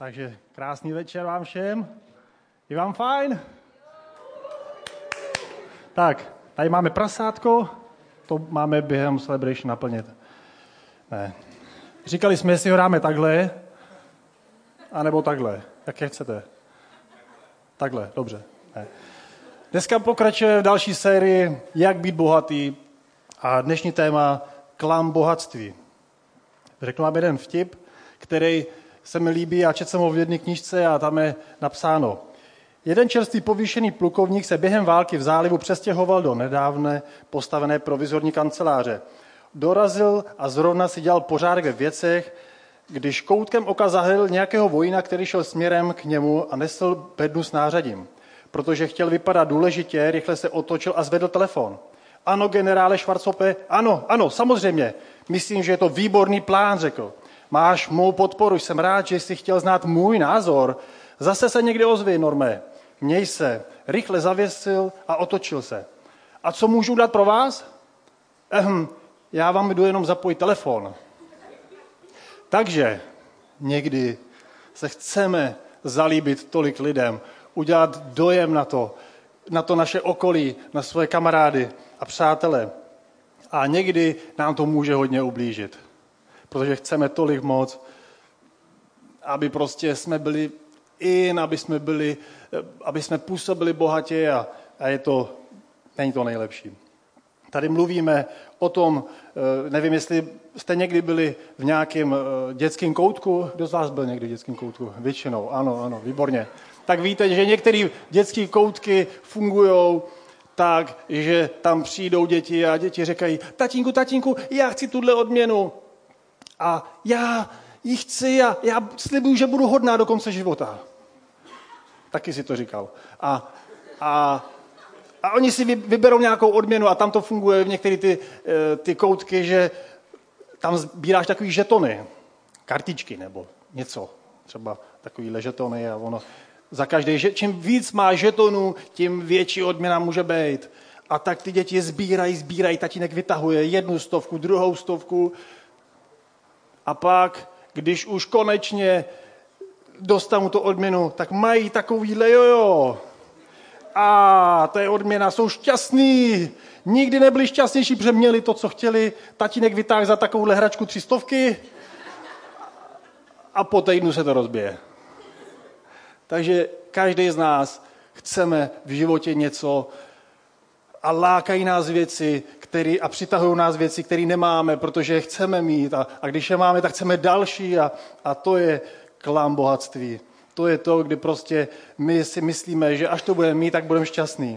Takže krásný večer vám všem. Je vám fajn? Tak, tady máme prasátko, to máme během celebration naplnit. Ne. Říkali jsme, jestli ho dáme takhle, anebo takhle. Jak chcete? Takhle, dobře. Ne. Dneska pokračuje v další sérii Jak být bohatý a dnešní téma klam bohatství. Řeknu vám jeden vtip, který se mi líbí a četl jsem ho v jedné knížce a tam je napsáno. Jeden čerstvý povýšený plukovník se během války v zálivu přestěhoval do nedávné postavené provizorní kanceláře. Dorazil a zrovna si dělal pořádek ve věcech, když koutkem oka zahlil nějakého vojína, který šel směrem k němu a nesl bednu s nářadím. Protože chtěl vypadat důležitě, rychle se otočil a zvedl telefon. Ano, generále Schwarzhoppe, ano, samozřejmě. Myslím, že je to výborný plán, řekl. Máš mou podporu, jsem rád, že jsi chtěl znát můj názor. Zase se někdy ozvi, Normé. Měj se. Rychle zavěsil a otočil se. A co můžu udělat pro vás? Já vám jdu jenom zapojit telefon. Takže někdy se chceme zalíbit tolik lidem, udělat dojem na to naše okolí, na svoje kamarády a přátele. A někdy nám to může hodně ublížit, protože chceme tolik moc, aby prostě jsme byli aby jsme působili bohatě a není to nejlepší. Tady mluvíme o tom, nevím, jestli jste někdy byli v nějakém dětském koutku. Kdo z vás byl někdy v dětském koutku? Většinou, ano, výborně. Tak víte, že některé dětské koutky fungují tak, že tam přijdou děti a děti říkají, tatínku, já chci tuhle odměnu. A já ji chci a já slibuju, že budu hodná do konce života. Taky si to říkal. A oni si vyberou nějakou odměnu a tam to funguje v některé ty koutky, že tam sbíráš takový žetony, kartičky nebo něco, třeba takovýhle žetony a ono za každý, čím víc má žetonů, tím větší odměna může být. A tak ty děti sbírají, tatínek vytahuje 1 stovku, 2 stovku a pak, když už konečně dostanou tu odměnu, tak mají takovýhle jojo. A to je odměna, jsou šťastný. Nikdy nebyli šťastnější, protože měli to, co chtěli. Tatínek vytáhl za takovouhle hračku 300 a po týdnu se to rozbije. Takže každý z nás chceme v životě něco a lákají nás věci, a přitahují nás věci, které nemáme, protože je chceme mít. A když je máme, tak chceme další a to je klam bohatství. To je to, kdy prostě my si myslíme, že až to budeme mít, tak budeme šťastný.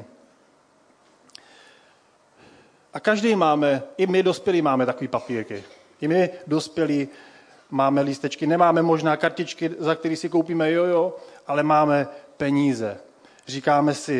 A každý máme, i my dospělí máme takový papírky. I my dospělí máme lístečky. Nemáme možná kartičky, za které si koupíme jojo, ale máme peníze. Říkáme si,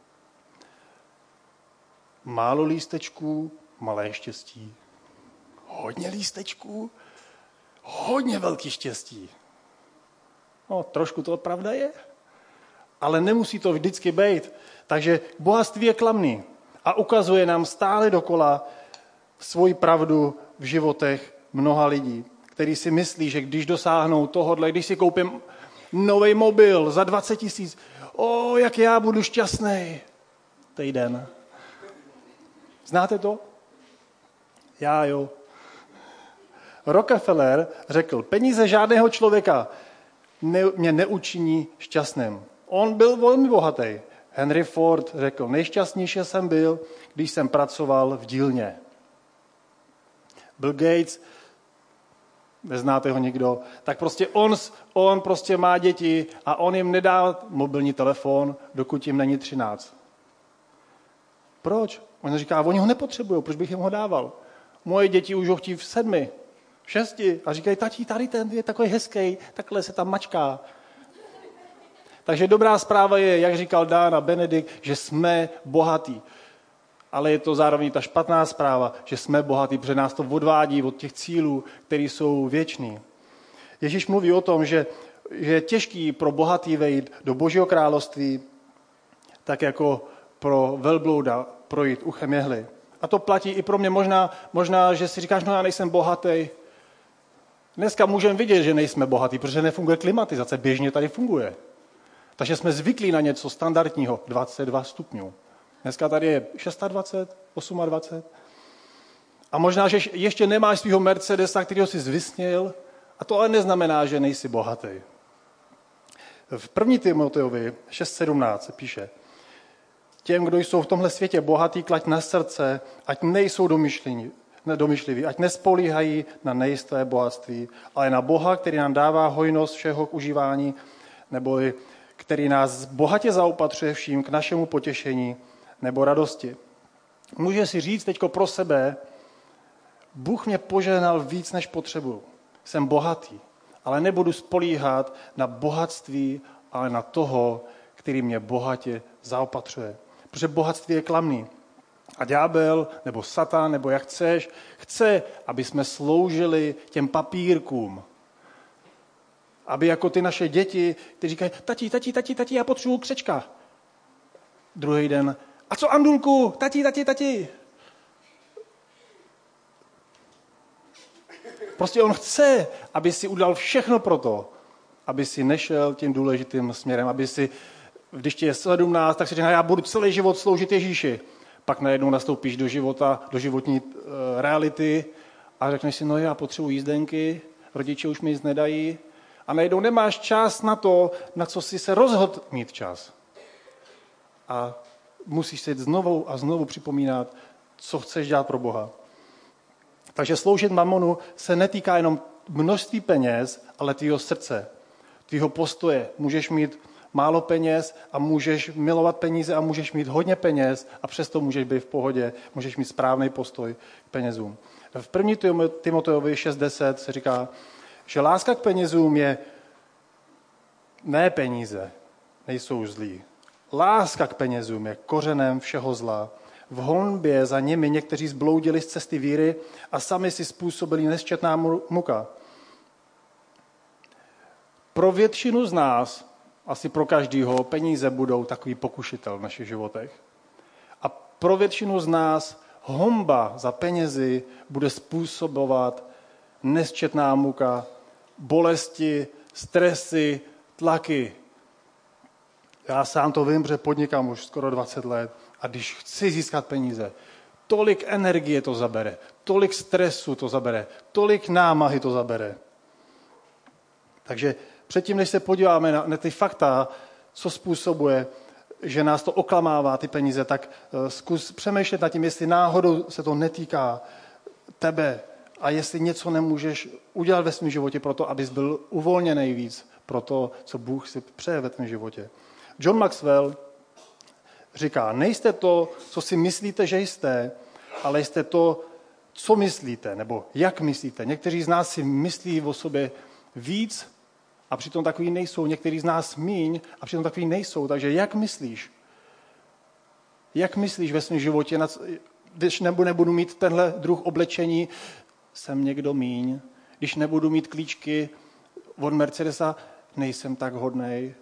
málo lístečků, malé štěstí. Hodně lístečků, hodně velký štěstí. No, trošku to pravda je, ale nemusí to vždycky být. Takže bohatství je klamný a ukazuje nám stále dokola svoji pravdu v životech mnoha lidí, kteří si myslí, že když dosáhnou tohodle, když si koupím nový mobil za 20 000, jak já budu šťastný. Týden. Znáte to? Já jo. Rockefeller řekl, peníze žádného člověka mě neučiní šťastným. On byl velmi bohatý. Henry Ford řekl, nejšťastnější jsem byl, když jsem pracoval v dílně. Bill Gates, neznáte ho nikdo, tak prostě on prostě má děti a on jim nedá mobilní telefon, dokud jim není 13. Proč? On říká, oni ho nepotřebují, proč bych jim ho dával? Moje děti už ho chtějí v 7, 6 a říkají, tati, tady ten je takový hezký, takhle se tam mačká. Takže dobrá zpráva je, jak říkal Dan a Benedikt, že jsme bohatí. Ale je to zároveň ta špatná zpráva, že jsme bohatí, protože nás to odvádí od těch cílů, které jsou věčný. Ježíš mluví o tom, že je těžký pro bohatý vejít do Božího království, tak jako pro velblouda projít uchem jehly. A to platí i pro mě. Možná, že si říkáš, no já nejsem bohatý. Dneska můžeme vidět, že nejsme bohatí, protože nefunguje klimatizace, běžně tady funguje. Takže jsme zvyklí na něco standardního, 22 stupňů. Dneska tady je 26, 28. A možná, že ještě nemáš svého Mercedesa, kterýho jsi zvysnil, a to ale neznamená, že nejsi bohatý. V 1. Timoteovi 6.17 se píše: těm, kdo jsou v tomhle světě bohatí, klaď na srdce, ať nejsou domyšliví, ať nespolíhají na nejisté bohatství, ale na Boha, který nám dává hojnost všeho k užívání, neboli který nás bohatě zaopatřuje vším k našemu potěšení nebo radosti. Může si říct teďko pro sebe: Bůh mě požehnal víc, než potřebuju. Jsem bohatý, ale nebudu spolíhat na bohatství, ale na toho, který mě bohatě zaopatřuje. Protože bohatství je klamný. A ďábel, nebo Satan, nebo jak chceš, chce, aby jsme sloužili těm papírkům. Aby jako ty naše děti, kteří říkají: tati, já potřebuju křečka. Druhý den: a co Andulku? Tati. Prostě on chce, aby si udělal všechno pro to, aby si nešel tím důležitým směrem, aby si, když ti je 17, tak si říká: já budu celý život sloužit Ježíši. Pak najednou nastoupíš do života, do životní reality a řekneš si: no já potřebuji jízdenky, rodiče už mi nic nedají. A najednou nemáš čas na to, na co jsi se rozhodl mít čas. A musíš si znovu a znovu připomínat, co chceš dělat pro Boha. Takže sloužit mamonu se netýká jenom množství peněz, ale tvýho srdce, tvýho postoje. Můžeš mít málo peněz a můžeš milovat peníze a můžeš mít hodně peněz a přesto můžeš být v pohodě, můžeš mít správný postoj k penězům. V 1. Timoteovi 6.10 se říká, že láska k penězům je ne peníze, nejsou zlí. Láska k penězům je kořenem všeho zla. V honbě za nimi někteří zbloudili z cesty víry a sami si způsobili nesčetná muka. Pro většinu z nás, asi pro každýho, peníze budou takový pokušitel v našich životech. A pro většinu z nás honba za penězi bude způsobovat nesčetná muka, bolesti, stresy, tlaky. Já sám to vím, že podnikám už skoro 20 let a když chci získat peníze, tolik energie to zabere, tolik stresu to zabere, tolik námahy to zabere. Takže předtím, než se podíváme na ty fakta, co způsobuje, že nás to oklamává, ty peníze, tak zkus přemýšlet nad tím, jestli náhodou se to netýká tebe a jestli něco nemůžeš udělat ve svém životě pro to, abys byl uvolněný víc pro to, co Bůh si přeje ve tvém životě. John Maxwell říká, nejste to, co si myslíte, že jste, ale jste to, co myslíte, nebo jak myslíte. Někteří z nás si myslí o sobě víc a přitom takový nejsou. Někteří z nás míň a přitom takový nejsou. Takže jak myslíš? Jak myslíš ve svém životě, když nebudu mít tenhle druh oblečení, jsem někdo míň. Když nebudu mít klíčky od Mercedesa, nejsem tak hodnej.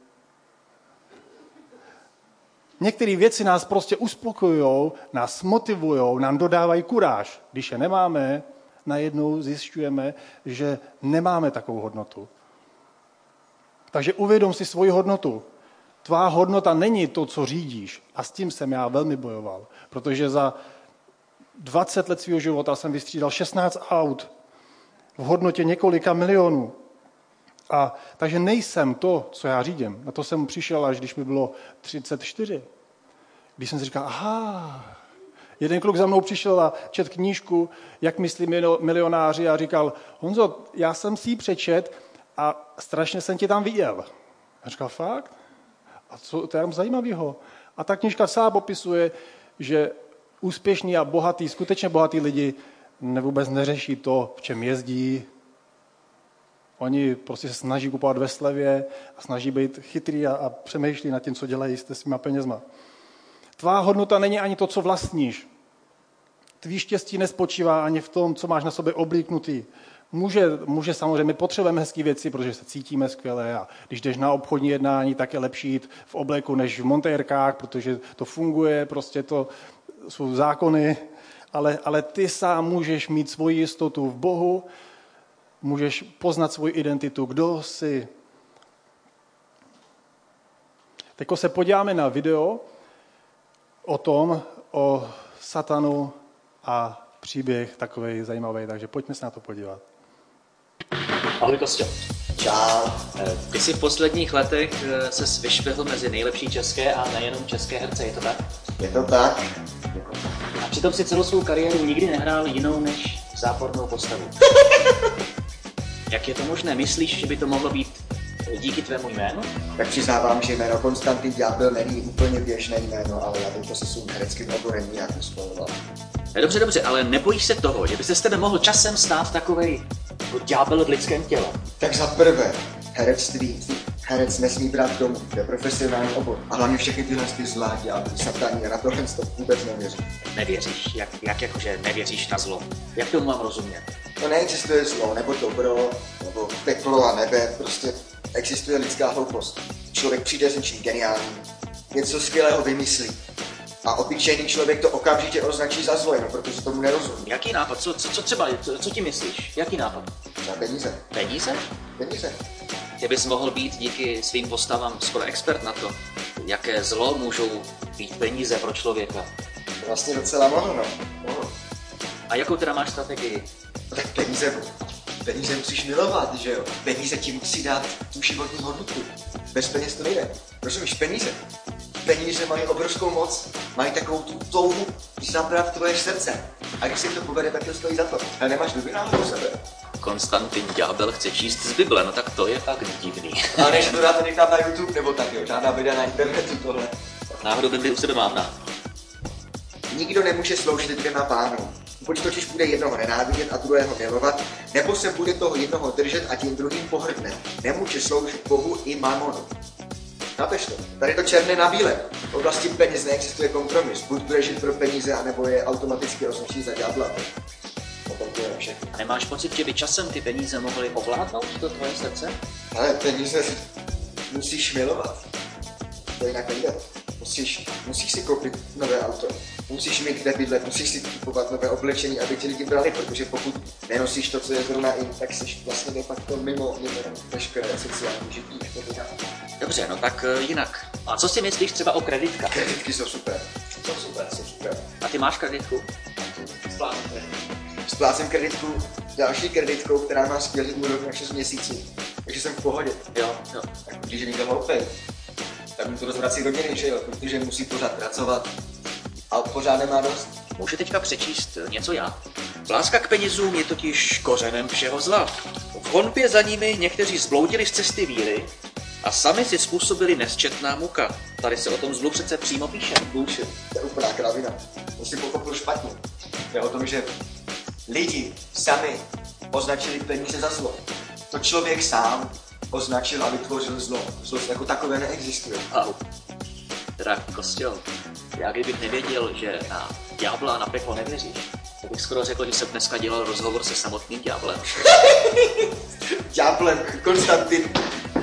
Některé věci nás prostě uspokojujou, nás motivujou, nám dodávají kuráž. Když je nemáme, najednou zjišťujeme, že nemáme takovou hodnotu. Takže uvědom si svoji hodnotu. Tvá hodnota není to, co řídíš. A s tím jsem já velmi bojoval. Protože za 20 let svého života jsem vystřídal 16 aut v hodnotě několika milionů. Takže nejsem to, co já řídím. Na to jsem přišel, až když mi bylo 34. Když jsem si říkal, jeden kluk za mnou přišel a čet knížku, jak myslí milionáři a říkal, Honzo, já jsem si ji přečet a strašně jsem tě tam viděl. A říkal, fakt? A co to je tam zajímavého? A ta knížka sám popisuje, že úspěšní a bohatý, skutečně bohatý lidi vůbec neřeší to, v čem jezdí. Oni prostě se snaží kupovat ve slevě a snaží být chytrý a přemýšlí nad tím, co dělají s svýma penězma. Tvá hodnota není ani to, co vlastníš. Tvý štěstí nespočívá ani v tom, co máš na sobě oblíknutý. Může samozřejmě, my potřebujeme hezké věci, protože se cítíme skvěle a když jdeš na obchodní jednání, tak je lepší jít v obleku než v montérkách, protože to funguje, prostě to jsou zákony, ale ty sám můžeš mít svoji jistotu v Bohu můžeš poznat svoji identitu, kdo jsi. Teď se podíváme na video o satanu a příběh takový zajímavý, takže pojďme se na to podívat. Ahoj Kostyo. Čau. Ty jsi v posledních letech se vyšvihl mezi nejlepší české a nejenom české herce, je to tak? Je to tak? A přitom si celou svou kariéru nikdy nehrál jinou než zápornou postavu. Jak je to možné? Myslíš, že by to mohlo být díky tvému jménu? Tak přiznávám, že jméno Konstantin Ďábel není úplně běžné jméno, ale já bych to se svým hereckým oborem nějak nespojoval. Dobře, ale nebojíš se toho, že by se z tebe mohl časem stát takovej ďábel v lidském těle? Tak za prvé, herectví. Herec nesmí brát domů, to je profesionální obor. A hlavně všechny tyhle zlá ďábly, satani, na tohle to vůbec nevěřím. Nevěříš? Jak jakože nevěříš na zlo? Jak tomu mám rozumět? To neexistuje zlo, nebo dobro, nebo peklo a nebe, prostě existuje lidská hloupost. Člověk přijde s něčím geniálním, něco skvělého vymyslí. A obyčejný člověk to okamžitě označí za zlo, jenom protože tomu nerozumí. Jaký nápad? Co třeba? Co ti myslíš? Jaký nápad? Za peníze. Peníze? Peníze. Ty bys mohl být díky svým postavám skoro expert na to, jaké zlo můžou být peníze pro člověka. Vlastně docela mohl, no. Mohl. A jakou teda máš strategii? No tak peníze musíš milovat, že jo? Peníze ti musí dát tu životní hodnotu. Bez peněz to nejde. Rozumíš, peníze mají obrovskou moc, mají takovou tu touhu zabrat tvoje srdce. A když se jim to povede, tak to stojí za to. Ale nemáš dobrý pro sebe. Konstantin Ďábel chce číst z Bible, no tak to je fakt divný. Ale než to dáte někam na YouTube nebo tak, jo? Žádná videa na internetu tohle. Náhodou Bibli u sebe mám na. Nikdo nemůže sloužit dvěma pánům. Buď totiž bude jednoho nenávidět a druhého milovat, nebo se bude toho jednoho držet a tím druhým pohrdne. Nemůže sloužit Bohu i mamonu. Chápeš to? Tady to černé na bílé. V oblasti peněz neexistuje kompromis. Buď budeš žít pro peníze, anebo je automaticky označí za ďábla. Potom to je všechno. A nemáš pocit, že by časem ty peníze mohly ovládnout to tvoje srdce? Ale peníze musíš milovat. To jinak nejde. Musíš si koupit nové auto. Musíš mít kde bydlet, musíš si kupovat nové oblečení, aby ti lidi brali, protože pokud nenosíš to, co je zrovna in, tak jsi vlastně de facto mimo veškeré sociální žití. Dobře, no tak jinak. A co si myslíš třeba o kreditkách? Kreditky jsou super. Jsou super. A ty máš kreditku? Splácím kreditku další kreditkou, která má skvělý úrok na 6 měsíců. Takže jsem v pohodě. Jo. Tak když je někdo hloupej, tak mu to rozvrací rodiny, že jo? Protože musí pořád pracovat a pořád nemá dost. Můžu teďka přečíst něco já. Láska k penězům je totiž kořenem všeho zla. V honbě za nimi někteří zbloudili z cesty víry a sami si způsobili nesčetná muka. Tady se o tom zlu přece přímo píše. Bullshit. To je úplná kravina. To si pochopil špatně. Je o tom, že lidi sami označili peníze za zlo. To člověk sám označil a vytvořil zlo. Zlo jako takové neexistuje. Au. Teda Kostyo, já kdybych nevěděl, že na ďábla a na peklo nevěříš, tak bych skoro řekl, že jsem dneska dělal rozhovor se samotným ďáblem. Ďáblem, Konstantin.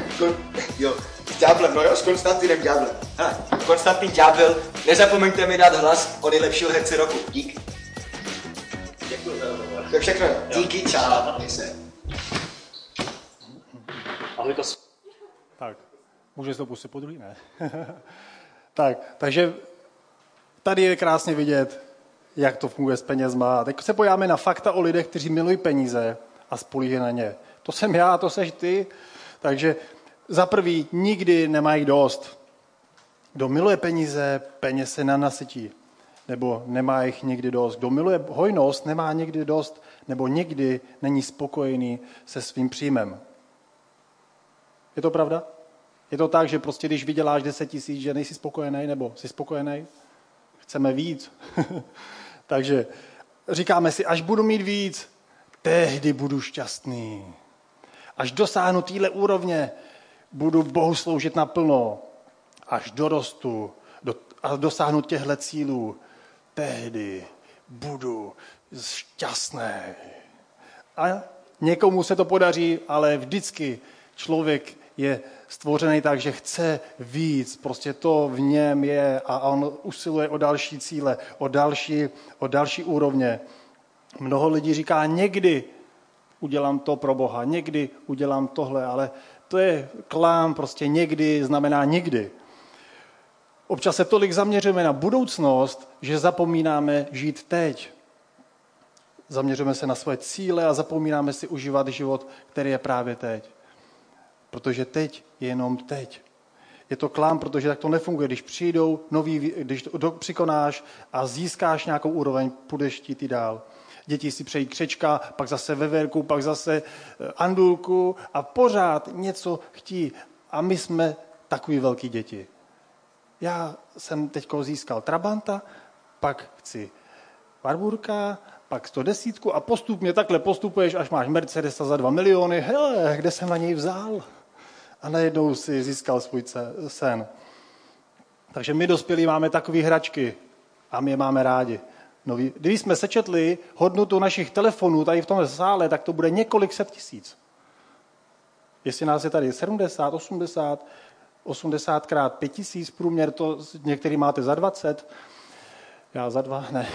S ďáblem, no jo, s Konstantinem Ďáblem. Konstantin Ďábel, nezapomeňte mi dát hlas o nejlepšího herce roku. Dík. Děkuji za rozhovor. To je všechno. Díky, čau. Ahoj Kostyo. Tak, můžeš to pustit po druhý, ne? takže tady je krásně vidět, jak to funguje s penězma. Teď se podíváme na fakta o lidech, kteří milují peníze a spolíhají na ně. To jsem já, to seš ty. Takže za prvý, nikdy nemají dost. Kdo miluje peníze, peněz se nenasytí. Nebo nemá jich nikdy dost. Kdo miluje hojnost, nemá nikdy dost. Nebo nikdy není spokojený se svým příjmem. Je to pravda? Je to tak, že prostě když vyděláš 10 000, že nejsi spokojený, nebo jsi spokojený? Chceme víc. Takže říkáme si, až budu mít víc, tehdy budu šťastný. Až dosáhnu téhle úrovně, budu Bohu sloužit naplno. Až dorostu a dosáhnu těchto cílů, tehdy budu šťastný. A někomu se to podaří, ale vždycky člověk je stvořený tak, že chce víc, prostě to v něm je a on usiluje o další cíle, o další úrovně. Mnoho lidí říká někdy, udělám to pro Boha, někdy udělám tohle, ale to je klám, prostě někdy znamená nikdy. Občas se tolik zaměřujeme na budoucnost, že zapomínáme žít teď. Zaměřujeme se na svoje cíle a zapomínáme si užívat život, který je právě teď. Protože teď je jenom teď. Je to klám, protože tak to nefunguje. Když přijdou když přikonáš a získáš nějakou úroveň, půjdeš chtít i dál. Děti si přejí křečka, pak zase veverku, pak zase andulku a pořád něco chtí. A my jsme takový velký děti. Já jsem teďko získal Trabanta, pak chci Warburga, pak 110 a postupně takhle postupuješ, až máš Mercedesa za 2 miliony. Hele, kde jsem na něj vzal? A najednou si získal svůj sen. Takže my dospělí máme takové hračky a my je máme rádi. Když jsme sečetli hodnotu našich telefonů tady v tomhle sále, tak to bude několik set tisíc. Jestli nás je tady 70, 80 krát 5 tisíc průměr, to některý máte za 20, já za 2, ne.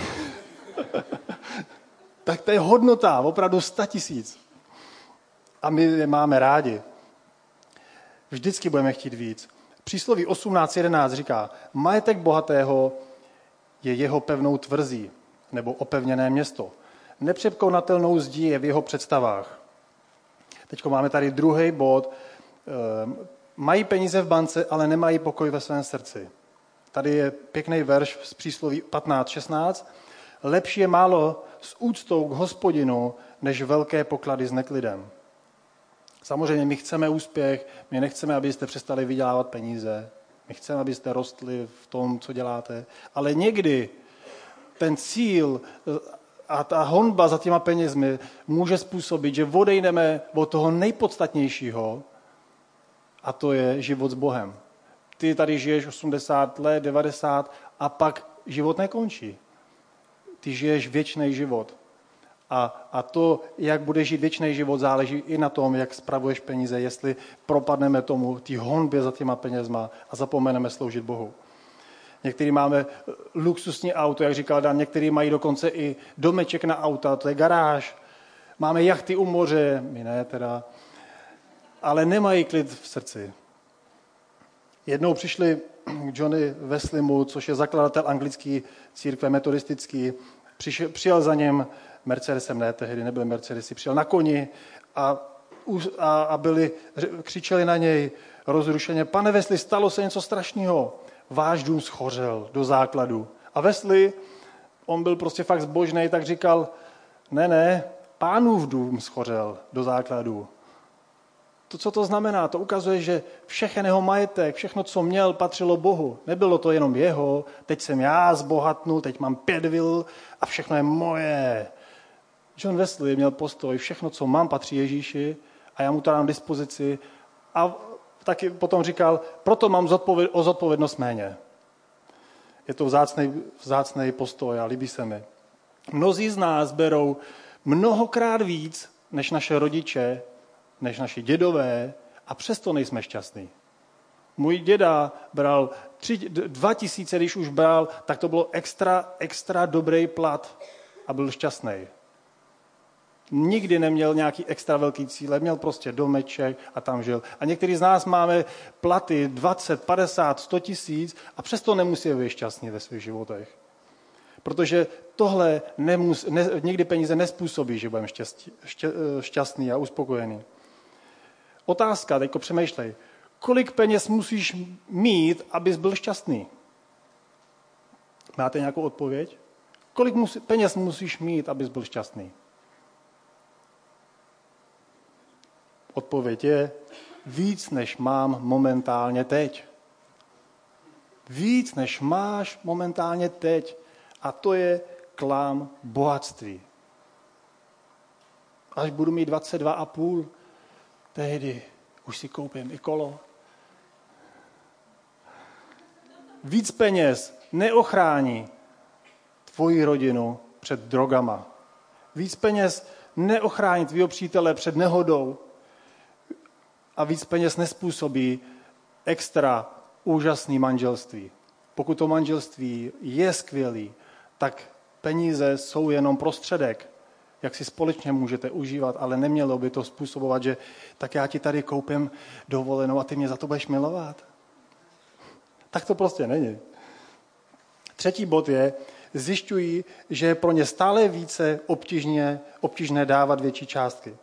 Tak to je hodnota, opravdu 100 tisíc. A my je máme rádi. Vždycky budeme chtít víc. Přísloví 18.11 říká, majetek bohatého je jeho pevnou tvrzí, nebo opevněné město. Nepřekonatelnou zdí je v jeho představách. Teď máme tady druhý bod. Mají peníze v bance, ale nemají pokoj ve svém srdci. Tady je pěkný verš z přísloví 15.16. Lepší je málo s úctou k Hospodinu, než velké poklady s neklidem. Samozřejmě my chceme úspěch, my nechceme, abyste přestali vydělávat peníze, my chceme, abyste rostli v tom, co děláte, ale někdy ten cíl a ta honba za těma penězmi může způsobit, že odejdeme od toho nejpodstatnějšího, a to je život s Bohem. Ty tady žiješ 80 let, 90 a pak život nekončí. Ty žiješ věčný život. A to, jak budeš žít věčný život, záleží i na tom, jak spravuješ peníze, jestli propadneme tomu, té honbě za těma penězma a zapomeneme sloužit Bohu. Někteří máme luxusní auto, jak říkal Dan, někteří mají dokonce i domeček na auta, to je garáž. Máme jachty u moře, my ne teda, ale nemají klid v srdci. Jednou přišli k Johnny Wesleymu, což je zakladatel anglické církve metodistický, přijel za něm Mercedesem, ne, tehdy nebyl Mercedesy, přijel na koni a křičeli na něj rozrušeně, pane Wesley, stalo se něco strašného, váš dům schořel do základu. A Wesley, on byl prostě fakt zbožnej, tak říkal, ne, Pánův dům schořel do základu. To, co to znamená? To ukazuje, že všechen jeho majetek, všechno, co měl, patřilo Bohu. Nebylo to jenom jeho, teď jsem já zbohatnul, teď mám 5 vil a všechno je moje. John Wesley měl postoj, všechno, co mám, patří Ježíši a já mu to dám dispozici. A taky potom říkal, proto mám o zodpovědnost méně. Je to vzácný postoj a líbí se mi. Mnozí z nás berou mnohokrát víc než naše rodiče, než naši dědové a přesto nejsme šťastní. Můj děda bral 2000, když už bral, tak to bylo extra dobrý plat a byl šťastný. Nikdy neměl nějaký extra velký cíle, měl prostě domeček a tam žil. A některý z nás máme platy 20, 50, 100 tisíc a přesto nemusí být šťastní ve svých životech. Protože tohle nikdy peníze nespůsobí, že budeme šťastný a uspokojený. Otázka, teďko přemýšlej, kolik peněz musíš mít, abys byl šťastný? Máte nějakou odpověď? Kolik peněz musíš mít, abys byl šťastný? Odpověď je víc, než mám momentálně teď. Víc, než máš momentálně teď. A to je klám bohatství. Až budu mít 22,5, tehdy už si koupím i kolo. Víc peněz neochrání tvoji rodinu před drogama. Víc peněz neochrání tvýho přítele před nehodou. A víc peněz nespůsobí extra úžasný manželství. Pokud to manželství je skvělý, tak peníze jsou jenom prostředek. jak si společně můžete užívat, ale nemělo by to způsobovat, že tak já ti tady koupím dovolenou a ty mě za to budeš milovat. Tak to prostě není. Třetí bod je, zjišťují, že je pro ně stále více obtížné dávat větší částky.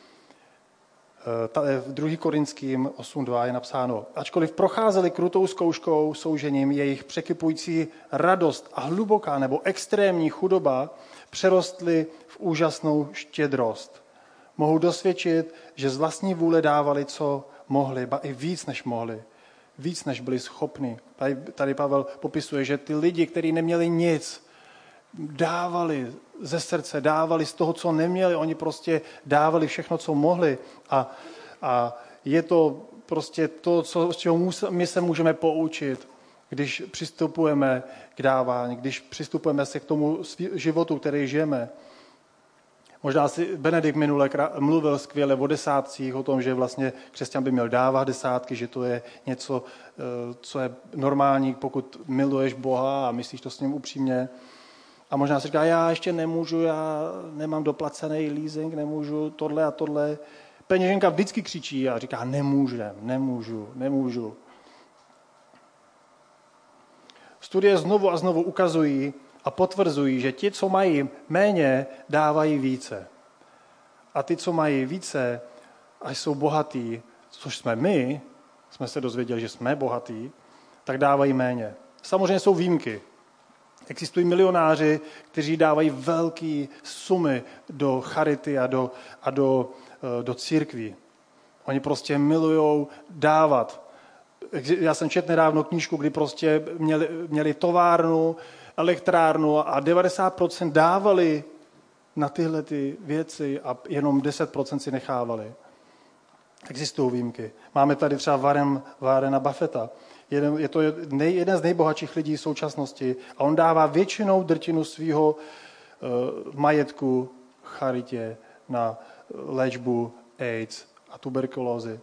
V 2. Korinským 8.2 je napsáno, ačkoliv procházeli krutou zkouškou soužením, jejich překypující radost a hluboká nebo extrémní chudoba přerostly v úžasnou štědrost. Mohou dosvědčit, že z vlastní vůle dávali, co mohli, ba i víc, než mohli. Víc, než byli schopni. Tady Pavel popisuje, že ty lidi, kteří neměli nic, dávali ze srdce, dávali z toho, co neměli. Oni prostě dávali všechno, co mohli. A je to prostě to, z čeho my se můžeme poučit, když přistupujeme k dávání, když přistupujeme se k tomu životu, který žijeme. Možná si Benedikt minule mluvil skvěle o desátcích, o tom, že vlastně křesťan by měl dávat desátky, že to je něco, co je normální, pokud miluješ Boha a myslíš to s ním upřímně. A možná si říká, já ještě nemůžu, já nemám doplacený leasing, nemůžu tohle a tohle. Peněženka vždycky křičí a říká, nemůžu. Studie znovu a znovu ukazují a potvrzují, že ti, co mají méně, dávají více. A ty, co mají více a jsou bohatí, což jsme se dozvěděli, že jsme bohatí, tak dávají méně. Samozřejmě jsou výjimky. Existují milionáři, kteří dávají velké sumy do charity a do církví. Oni prostě milujou dávat. Já jsem četl nedávno knížku, kdy prostě měli továrnu, elektrárnu a 90% dávali na tyhle ty věci a jenom 10% si nechávali. Existují výjimky. Máme tady třeba Warrena Buffetta. Je to jeden z nejbohatších lidí v současnosti a on dává většinou drtinu svého majetku charitě na léčbu AIDS a tuberkulózy.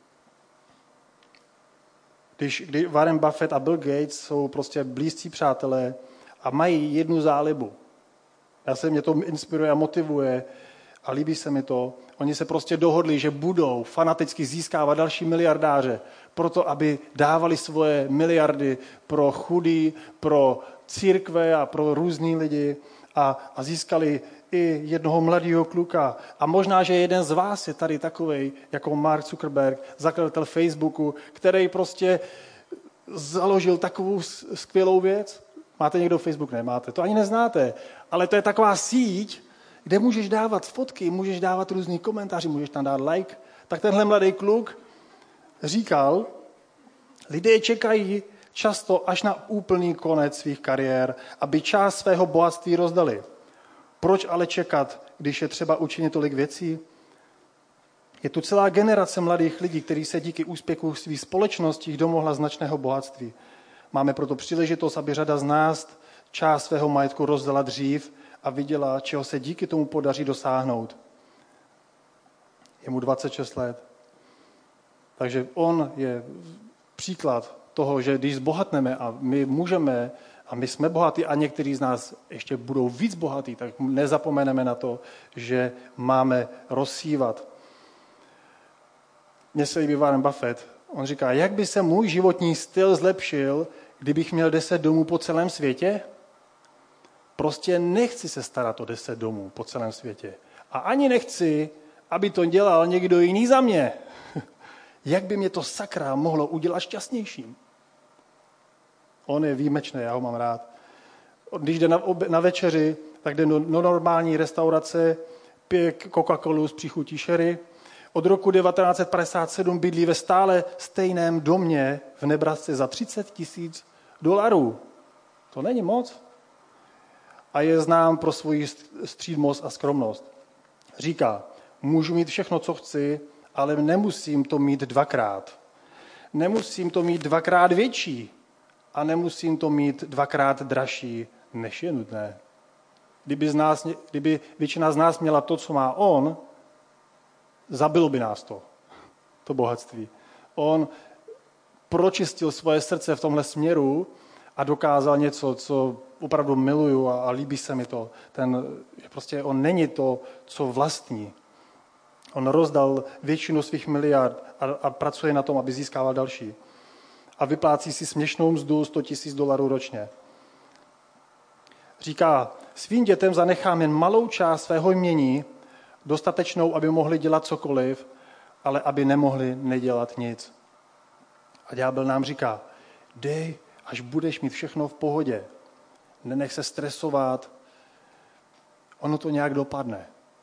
Když Warren Buffett a Bill Gates jsou prostě blízcí přátelé a mají jednu zálibu. Mě to inspiruje a motivuje a líbí se mi to. Oni se prostě dohodli, že budou fanaticky získávat další miliardáře proto, aby dávali svoje miliardy pro chudý, pro církve a pro různý lidi a získali i jednoho mladého kluka. A možná, že jeden z vás je tady takovej, jako Mark Zuckerberg, zakladatel Facebooku, který prostě založil takovou skvělou věc. Máte někdo Facebook? Nemáte. To ani neznáte. Ale to je taková síť, kde můžeš dávat fotky, můžeš dávat různý komentáře, můžeš tam dát like. Tak tenhle mladý kluk říkal, lidé čekají často až na úplný konec svých kariér, aby část svého bohatství rozdali. Proč ale čekat, když je třeba učinit tolik věcí? Je tu celá generace mladých lidí, kteří se díky úspěchu svých společností domohla značného bohatství. Máme proto příležitost, aby řada z nás část svého majetku rozdala dřív a viděla, čeho se díky tomu podaří dosáhnout. Je mu 26 let. Takže on je příklad toho, že když zbohatneme a my můžeme, a my jsme bohatí a někteří z nás ještě budou víc bohatí, tak nezapomeneme na to, že máme rozsívat. Mně se líbí Warren Buffett. On říká, jak by se můj životní styl zlepšil, kdybych měl 10 domů po celém světě? Prostě nechci se starat o 10 domů po celém světě. A ani nechci, aby to dělal někdo jiný za mě. Jak by mě to sakra mohlo udělat šťastnějším? On je výjimečný, já ho mám rád. Když jde na večeři, tak jde do normální restaurace, pije Coca-Colu s příchutí sherry. Od roku 1957 bydlí ve stále stejném domě v Nebrasce za $30,000. To není moc. A je znám pro svoji střídmost a skromnost. Říká, můžu mít všechno, co chci, ale nemusím to mít dvakrát. Nemusím to mít dvakrát větší a nemusím to mít dvakrát dražší, než je nutné. Kdyby většina z nás měla to, co má on, zabilo by nás to bohatství. On pročistil svoje srdce v tomhle směru a dokázal něco, co opravdu miluju a líbí se mi to. Prostě on není to, co vlastní. On rozdal většinu svých miliard a pracuje na tom, aby získával další. A vyplácí si směšnou mzdu $100,000 ročně. Říká, svým dětem zanechám jen malou část svého jmění, dostatečnou, aby mohli dělat cokoliv, ale aby nemohli nedělat nic. A ďábel nám říká, dej, až budeš mít všechno v pohodě. Nenech se stresovat, ono to nějak dopadne.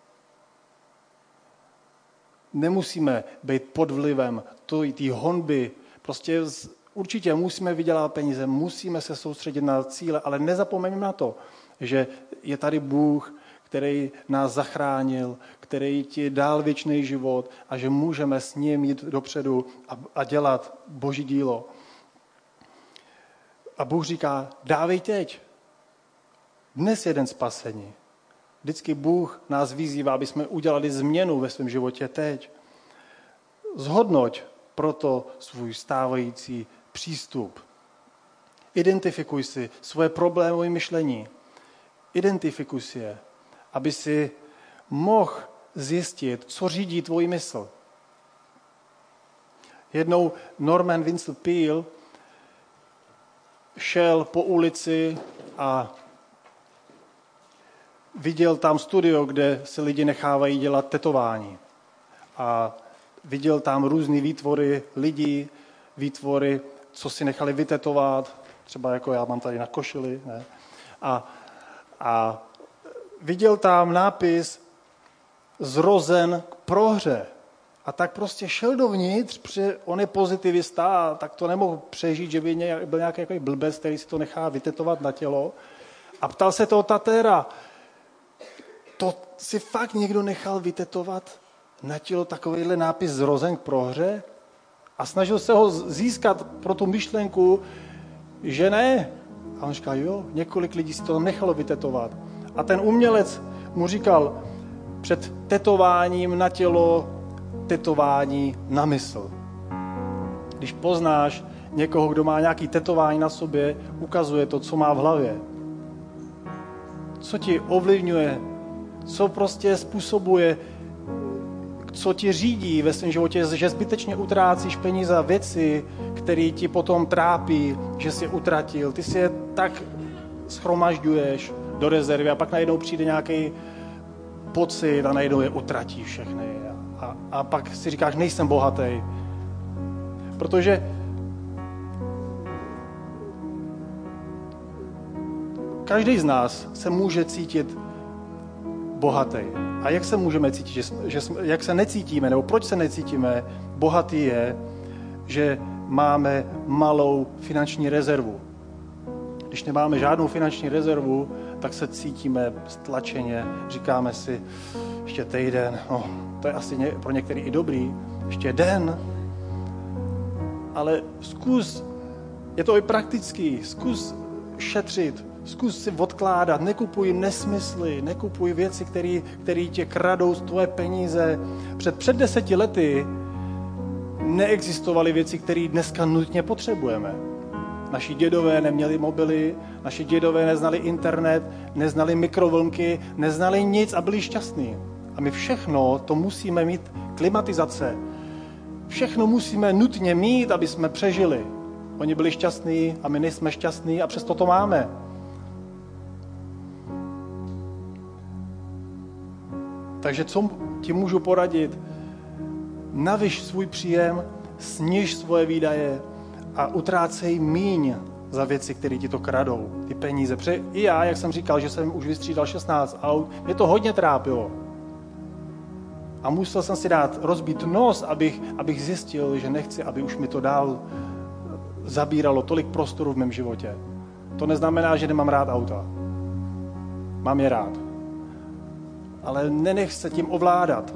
Nemusíme být pod vlivem té honby. Prostě určitě musíme vydělat peníze, musíme se soustředit na cíle, ale nezapomeňme na to, že je tady Bůh, který nás zachránil, který ti dal věčný život a že můžeme s ním jít dopředu a dělat Boží dílo. A Bůh říká, dávej teď. Dnes je den spasení. Vždycky Bůh nás vyzývá, aby jsme udělali změnu ve svém životě teď. Zhodnoť proto svůj stávající přístup. Identifikuj si svoje problémové myšlení. Identifikuj si je, aby si mohl zjistit, co řídí tvůj mysl. Jednou Norman Vincent Peale šel po ulici a viděl tam studio, kde se lidi nechávají dělat tetování. A viděl tam různý výtvory lidí, výtvory, co si nechali vytetovat, třeba jako já mám tady na košili. Ne? A viděl tam nápis zrozen k prohře. A tak prostě šel dovnitř, protože on je pozitivista, a tak to nemohl přežít, že by byl nějaký jako blbec, který si to nechá vytetovat na tělo. A ptal se toho tatéra, to si fakt někdo nechal vytetovat na tělo takovýhle nápis zrozen k prohře? A snažil se ho získat pro tu myšlenku, že ne. A on říká, jo, několik lidí si to nechalo vytetovat. A ten umělec mu říkal, před tetováním na tělo, tetování na mysl. Když poznáš někoho, kdo má nějaký tetování na sobě, ukazuje to, co má v hlavě. Co ti ovlivňuje, co prostě způsobuje, co ti řídí ve svém životě, že zbytečně utrácíš peníze za věci, které ti potom trápí, že jsi je utratil. Ty si je tak shromažďuješ do rezervy a pak najednou přijde nějaký pocit a najednou je utratíš všechny. A pak si říkáš, nejsem bohatý. Protože každý z nás se může cítit bohatý. A jak se můžeme cítit, jak se necítíme, nebo proč se necítíme bohatý je, že máme malou finanční rezervu. Když nemáme žádnou finanční rezervu, tak se cítíme stlačeně, říkáme si, ještě týden, no, to je asi pro některý i dobrý, ještě den, ale zkus, je to i praktický, zkus šetřit, zkus si odkládat, nekupuj nesmysly, nekupuj věci, které tě kradou z tvoje peníze. Před 10 lety neexistovaly věci, které dneska nutně potřebujeme. Naši dědové neměli mobily, naši dědové neznali internet, neznali mikrovlnky, neznali nic a byli šťastní. A my všechno to musíme mít, klimatizace. Všechno musíme nutně mít, aby jsme přežili. Oni byli šťastní a my nejsme šťastní a přesto to máme. Takže co ti můžu poradit? Navyš svůj příjem, sniž svoje výdaje a utrácej míň za věci, které ti to kradou, ty peníze. Protože i já, jak jsem říkal, že jsem už vystřídal 16 aut, mě to hodně trápilo. A musel jsem si dát rozbít nos, abych zjistil, že nechci, aby už mi to dál zabíralo tolik prostoru v mém životě. To neznamená, že nemám rád auta. Mám je rád. Ale nenech se tím ovládat.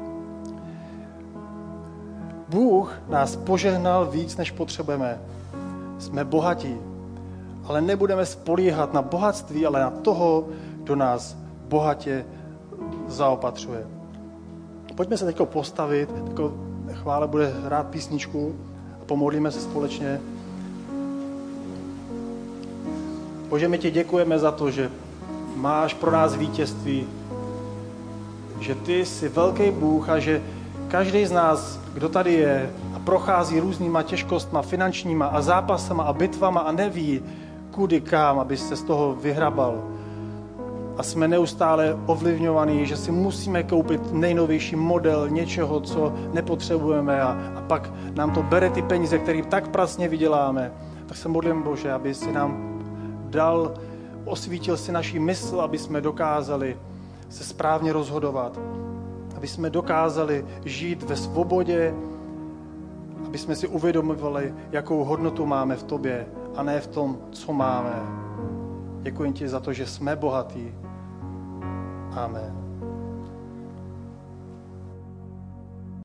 Bůh nás požehnal víc, než potřebujeme. Jsme bohatí, ale nebudeme spolíhat na bohatství, ale na toho, kdo nás bohatě zaopatřuje. Pojďme se teď postavit, chvále bude hrát písničku a pomodlíme se společně. Bože, my ti děkujeme za to, že máš pro nás vítězství, že ty jsi velký Bůh a že každý z nás, kdo tady je a prochází různýma těžkostma, finančníma a zápasama a bitvama a neví, kudy kam, aby se z toho vyhrabal. A jsme neustále ovlivňovaní, že si musíme koupit nejnovější model něčeho, co nepotřebujeme a pak nám to bere ty peníze, které tak pracně vyděláme. Tak se modlím, Bože, aby si nám dal, osvítil si naši mysl, aby jsme dokázali se správně rozhodovat, aby jsme dokázali žít ve svobodě, aby jsme si uvědomovali, jakou hodnotu máme v tobě a ne v tom, co máme. Děkuji ti za to, že jsme bohatí. Amen.